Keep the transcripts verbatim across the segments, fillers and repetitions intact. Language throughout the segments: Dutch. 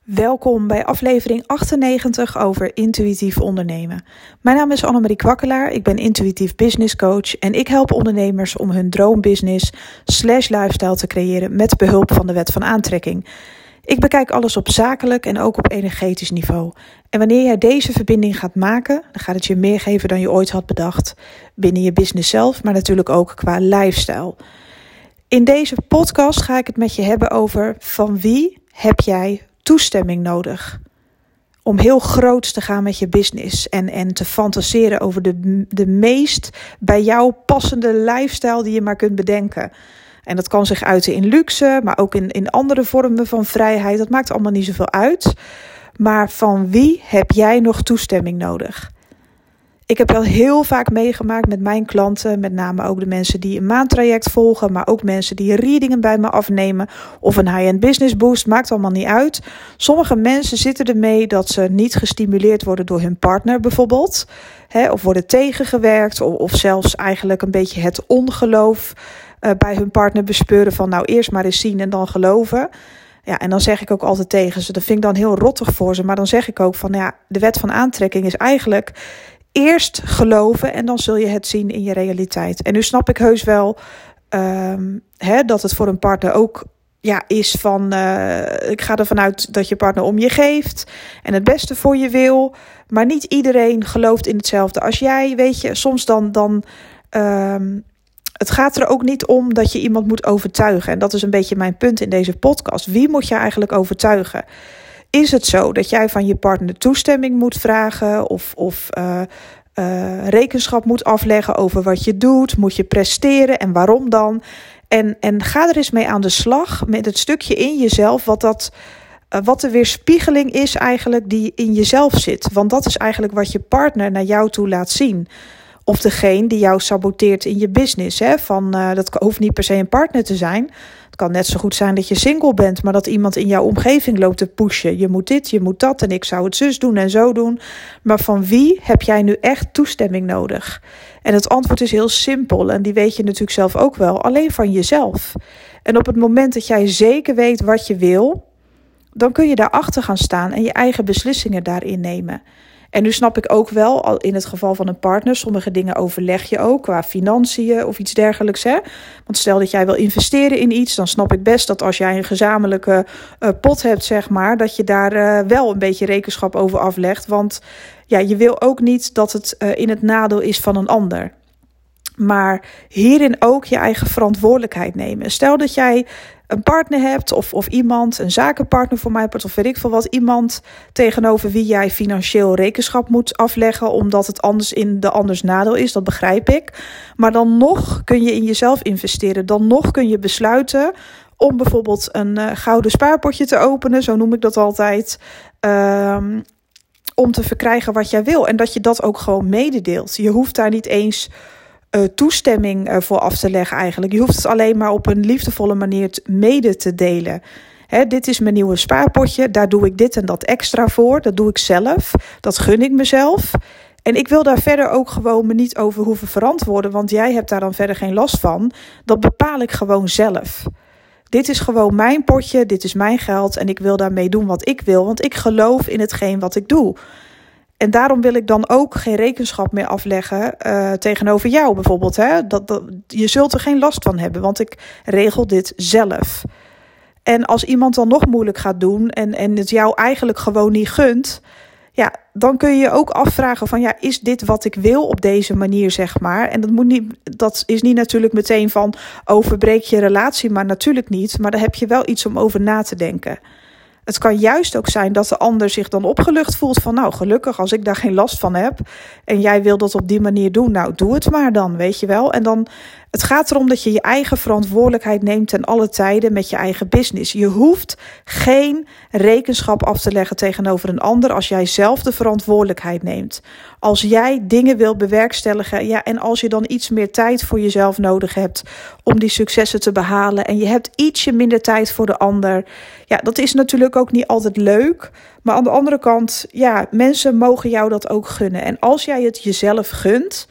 Welkom bij aflevering achtennegentig over intuïtief ondernemen. Mijn naam is Annemarie Kwakkelaar, ik ben intuïtief business coach en ik help ondernemers om hun droombusiness slash lifestyle te creëren met behulp van de wet van aantrekking. Ik bekijk alles op zakelijk en ook op energetisch niveau. En wanneer jij deze verbinding gaat maken, dan gaat het je meer geven dan je ooit had bedacht. Binnen je business zelf, maar natuurlijk ook qua lifestyle. In deze podcast ga ik het met je hebben over van wie heb jij toestemming nodig om heel groots te gaan met je business en, en te fantaseren over de, de meest bij jou passende lifestyle die je maar kunt bedenken. En dat kan zich uiten in luxe, maar ook in, in andere vormen van vrijheid. Dat maakt allemaal niet zoveel uit. Maar van wie heb jij nog toestemming nodig? Ik heb wel heel vaak meegemaakt met mijn klanten, met name ook de mensen die een maandtraject volgen, maar ook mensen die readingen bij me afnemen of een high-end business boost, maakt allemaal niet uit. Sommige mensen zitten ermee dat ze niet gestimuleerd worden door hun partner bijvoorbeeld, hè, of worden tegengewerkt of, of zelfs eigenlijk een beetje het ongeloof uh, bij hun partner bespeuren van nou eerst maar eens zien en dan geloven. Ja, en dan zeg ik ook altijd tegen ze, dat vind ik dan heel rottig voor ze, maar dan zeg ik ook van ja, de wet van aantrekking is eigenlijk eerst geloven en dan zul je het zien in je realiteit. En nu snap ik heus wel um, hè, dat het voor een partner ook ja, is van Uh, ik ga ervan uit dat je partner om je geeft en het beste voor je wil. Maar niet iedereen gelooft in hetzelfde als jij. Weet je, soms dan... dan um, het gaat er ook niet om dat je iemand moet overtuigen. En dat is een beetje mijn punt in deze podcast. Wie moet je eigenlijk overtuigen? Is het zo dat jij van je partner toestemming moet vragen of, of uh, uh, rekenschap moet afleggen over wat je doet? Moet je presteren en waarom dan? En, en ga er eens mee aan de slag met het stukje in jezelf wat, dat, uh, wat de weerspiegeling is eigenlijk die in jezelf zit. Want dat is eigenlijk wat je partner naar jou toe laat zien. Of degene die jou saboteert in je business. Hè? Van, uh, dat hoeft niet per se een partner te zijn. Het kan net zo goed zijn dat je single bent, maar dat iemand in jouw omgeving loopt te pushen. Je moet dit, je moet dat en ik zou het zus doen en zo doen. Maar van wie heb jij nu echt toestemming nodig? En het antwoord is heel simpel en die weet je natuurlijk zelf ook wel. Alleen van jezelf. En op het moment dat jij zeker weet wat je wil, dan kun je daarachter gaan staan en je eigen beslissingen daarin nemen. En nu snap ik ook wel, al in het geval van een partner, sommige dingen overleg je ook qua financiën of iets dergelijks. Hè? Want stel dat jij wil investeren in iets, dan snap ik best dat als jij een gezamenlijke uh, pot hebt, zeg maar, dat je daar uh, wel een beetje rekenschap over aflegt. Want ja, je wil ook niet dat het uh, in het nadeel is van een ander. Maar hierin ook je eigen verantwoordelijkheid nemen. Stel dat jij een partner hebt of, of iemand, een zakenpartner voor mij, of weet ik veel wat, iemand tegenover wie jij financieel rekenschap moet afleggen, omdat het anders in de anders nadeel is, dat begrijp ik. Maar dan nog kun je in jezelf investeren. Dan nog kun je besluiten om bijvoorbeeld een uh, gouden spaarpotje te openen, zo noem ik dat altijd, um, om te verkrijgen wat jij wil. En dat je dat ook gewoon mededeelt. Je hoeft daar niet eens Uh, toestemming uh, voor af te leggen eigenlijk. Je hoeft het alleen maar op een liefdevolle manier t- mede te delen. Hè, dit is mijn nieuwe spaarpotje, daar doe ik dit en dat extra voor. Dat doe ik zelf, dat gun ik mezelf. En ik wil daar verder ook gewoon me niet over hoeven verantwoorden, want jij hebt daar dan verder geen last van. Dat bepaal ik gewoon zelf. Dit is gewoon mijn potje, dit is mijn geld en ik wil daarmee doen wat ik wil, want ik geloof in hetgeen wat ik doe. En daarom wil ik dan ook geen rekenschap meer afleggen uh, tegenover jou bijvoorbeeld. Hè? Dat, dat, je zult er geen last van hebben, want ik regel dit zelf. En als iemand dan nog moeilijk gaat doen en, en het jou eigenlijk gewoon niet gunt, ja, dan kun je je ook afvragen van ja, is dit wat ik wil op deze manier, zeg maar. En dat, moet niet, dat is niet natuurlijk meteen van overbreek je relatie, maar natuurlijk niet. Maar daar heb je wel iets om over na te denken. Het kan juist ook zijn dat de ander zich dan opgelucht voelt van nou gelukkig als ik daar geen last van heb en jij wil dat op die manier doen, nou doe het maar dan, weet je wel. En dan, het gaat erom dat je je eigen verantwoordelijkheid neemt ten alle tijden met je eigen business. Je hoeft geen rekenschap af te leggen tegenover een ander als jij zelf de verantwoordelijkheid neemt. Als jij dingen wil bewerkstelligen, ja, en als je dan iets meer tijd voor jezelf nodig hebt om die successen te behalen en je hebt ietsje minder tijd voor de ander, ja, dat is natuurlijk ook niet altijd leuk. Maar aan de andere kant, ja, mensen mogen jou dat ook gunnen. En als jij het jezelf gunt,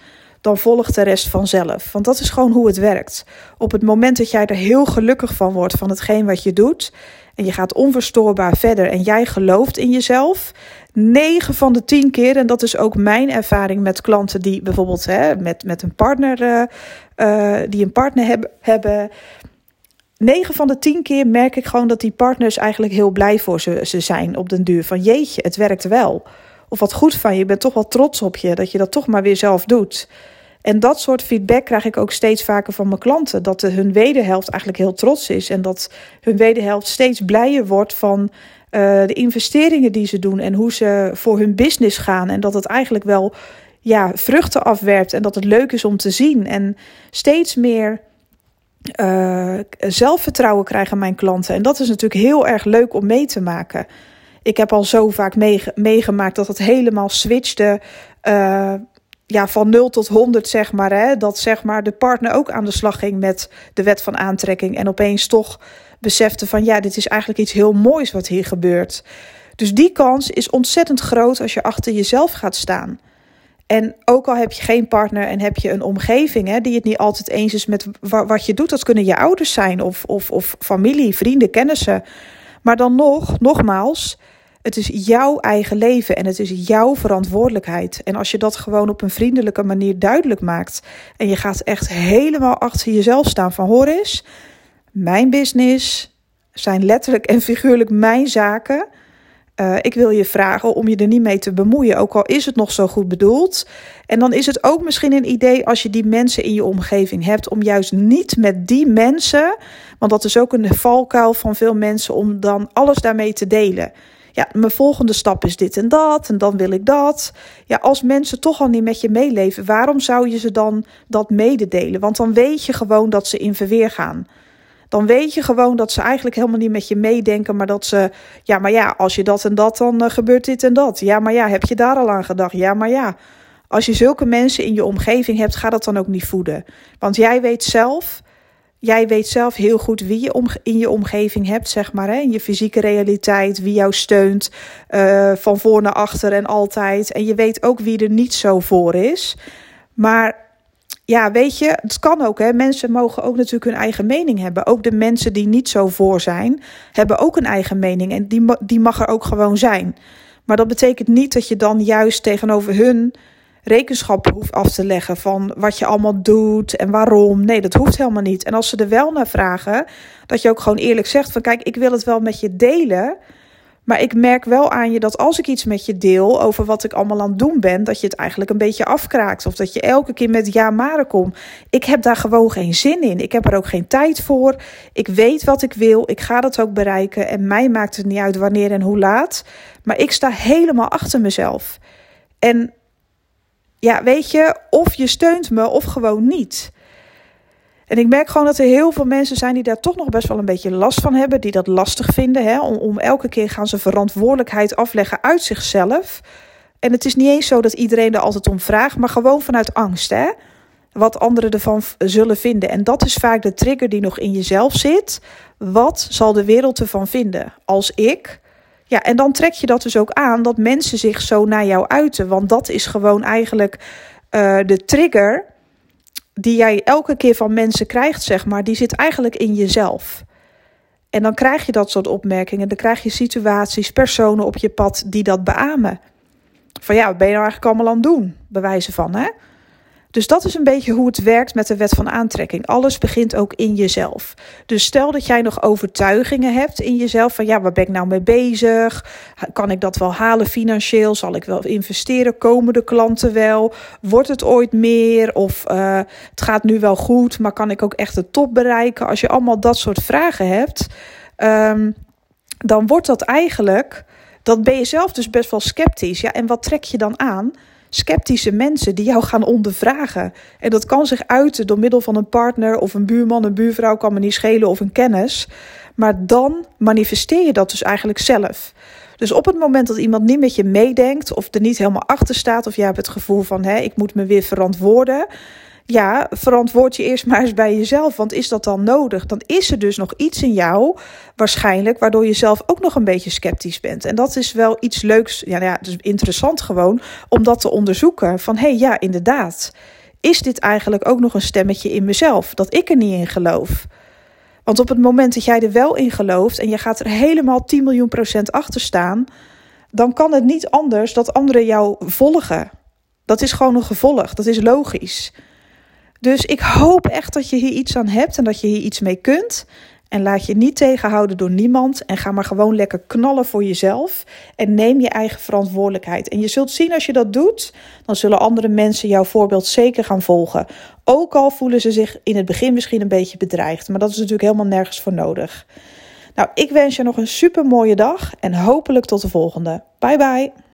dan volgt de rest vanzelf. Want dat is gewoon hoe het werkt. Op het moment dat jij er heel gelukkig van wordt van hetgeen wat je doet, en je gaat onverstoorbaar verder en jij gelooft in jezelf, negen van de tien keer, en dat is ook mijn ervaring met klanten die bijvoorbeeld hè, met, met een partner, uh, uh, die een partner heb, hebben, negen van de tien keer merk ik gewoon dat die partners eigenlijk heel blij voor ze, ze zijn op den duur. Van jeetje, het werkt wel. Of wat goed van je, je bent toch wel trots op je, dat je dat toch maar weer zelf doet. En dat soort feedback krijg ik ook steeds vaker van mijn klanten. Dat de, hun wederhelft eigenlijk heel trots is. En dat hun wederhelft steeds blijer wordt van uh, de investeringen die ze doen. En hoe ze voor hun business gaan. En dat het eigenlijk wel ja, vruchten afwerpt. En dat het leuk is om te zien. En steeds meer uh, zelfvertrouwen krijgen mijn klanten. En dat is natuurlijk heel erg leuk om mee te maken. Ik heb al zo vaak meege- meegemaakt dat het helemaal switchte. Uh, Ja, van nul tot honderd, zeg maar. Hè, dat zeg maar de partner ook aan de slag ging met de wet van aantrekking. En opeens toch besefte van ja, dit is eigenlijk iets heel moois wat hier gebeurt. Dus die kans is ontzettend groot als je achter jezelf gaat staan. En ook al heb je geen partner en heb je een omgeving hè, die het niet altijd eens is met wa- wat je doet. Dat kunnen je ouders zijn of, of, of familie, vrienden, kennissen. Maar dan nog, nogmaals, het is jouw eigen leven en het is jouw verantwoordelijkheid. En als je dat gewoon op een vriendelijke manier duidelijk maakt en je gaat echt helemaal achter jezelf staan van hoor eens, mijn business zijn letterlijk en figuurlijk mijn zaken. Uh, ik wil je vragen om je er niet mee te bemoeien, ook al is het nog zo goed bedoeld. En dan is het ook misschien een idee als je die mensen in je omgeving hebt, om juist niet met die mensen, want dat is ook een valkuil van veel mensen, om dan alles daarmee te delen. Ja, mijn volgende stap is dit en dat en dan wil ik dat. Ja, als mensen toch al niet met je meeleven, waarom zou je ze dan dat mededelen? Want dan weet je gewoon dat ze in verweer gaan. Dan weet je gewoon dat ze eigenlijk helemaal niet met je meedenken, maar dat ze, ja, maar ja, als je dat en dat, dan uh, gebeurt dit en dat. Ja, maar ja, heb je daar al aan gedacht? Ja, maar ja. Als je zulke mensen in je omgeving hebt, ga dat dan ook niet voeden. Want jij weet zelf... Jij weet zelf heel goed wie je om, in je omgeving hebt, zeg maar. Hè? In je fysieke realiteit, wie jou steunt, uh, van voor naar achter en altijd. En je weet ook wie er niet zo voor is. Maar ja, weet je, het kan ook. Hè? Mensen mogen ook natuurlijk hun eigen mening hebben. Ook de mensen die niet zo voor zijn, hebben ook een eigen mening. En die, die mag er ook gewoon zijn. Maar dat betekent niet dat je dan juist tegenover hun rekenschap hoeft af te leggen van wat je allemaal doet en waarom. Nee, dat hoeft helemaal niet. En als ze er wel naar vragen, dat je ook gewoon eerlijk zegt van kijk, ik wil het wel met je delen, maar ik merk wel aan je dat als ik iets met je deel over wat ik allemaal aan het doen ben, dat je het eigenlijk een beetje afkraakt. Of dat je elke keer met ja maren komt. Ik heb daar gewoon geen zin in. Ik heb er ook geen tijd voor. Ik weet wat ik wil. Ik ga dat ook bereiken. En mij maakt het niet uit wanneer en hoe laat. Maar ik sta helemaal achter mezelf. En ja, weet je, of je steunt me of gewoon niet. En ik merk gewoon dat er heel veel mensen zijn die daar toch nog best wel een beetje last van hebben. Die dat lastig vinden. Hè? Om, om elke keer gaan ze verantwoordelijkheid afleggen uit zichzelf. En het is niet eens zo dat iedereen er altijd om vraagt. Maar gewoon vanuit angst. Hè? Wat anderen ervan v- zullen vinden. En dat is vaak de trigger die nog in jezelf zit. Wat zal de wereld ervan vinden als ik... Ja, en dan trek je dat dus ook aan dat mensen zich zo naar jou uiten. Want dat is gewoon eigenlijk uh, de trigger die jij elke keer van mensen krijgt, zeg maar. Die zit eigenlijk in jezelf. En dan krijg je dat soort opmerkingen. Dan krijg je situaties, personen op je pad die dat beamen. Van ja, wat ben je nou eigenlijk allemaal aan het doen? Bij wijze van, hè? Dus dat is een beetje hoe het werkt met de wet van aantrekking. Alles begint ook in jezelf. Dus stel dat jij nog overtuigingen hebt in jezelf. Van ja, waar ben ik nou mee bezig? Kan ik dat wel halen financieel? Zal ik wel investeren? Komen de klanten wel? Wordt het ooit meer? Of uh, het gaat nu wel goed, maar kan ik ook echt de top bereiken? Als je allemaal dat soort vragen hebt, um, dan wordt dat eigenlijk... Dan ben je zelf dus best wel sceptisch. Ja, en wat trek je dan aan? Sceptische mensen die jou gaan ondervragen. En dat kan zich uiten door middel van een partner of een buurman, een buurvrouw, kan me niet schelen, of een kennis. Maar dan manifesteer je dat dus eigenlijk zelf. Dus op het moment dat iemand niet met je meedenkt of er niet helemaal achter staat, of je hebt het gevoel van hé, ik moet me weer verantwoorden. Ja, verantwoord je eerst maar eens bij jezelf. Want is dat dan nodig? Dan is er dus nog iets in jou, waarschijnlijk, waardoor je zelf ook nog een beetje sceptisch bent. En dat is wel iets leuks. Ja, ja, het is interessant gewoon om dat te onderzoeken. Van hé, hey, ja, inderdaad. is dit eigenlijk ook nog een stemmetje in mezelf, dat ik er niet in geloof? Want op het moment dat jij er wel in gelooft en je gaat er helemaal tien miljoen procent achter staan, dan kan het niet anders dat anderen jou volgen. Dat is gewoon een gevolg, dat is logisch. Dus ik hoop echt dat je hier iets aan hebt en dat je hier iets mee kunt. En laat je niet tegenhouden door niemand. En ga maar gewoon lekker knallen voor jezelf. En neem je eigen verantwoordelijkheid. En je zult zien als je dat doet, dan zullen andere mensen jouw voorbeeld zeker gaan volgen. Ook al voelen ze zich in het begin misschien een beetje bedreigd. Maar dat is natuurlijk helemaal nergens voor nodig. Nou, ik wens je nog een super mooie dag. En hopelijk tot de volgende. Bye bye.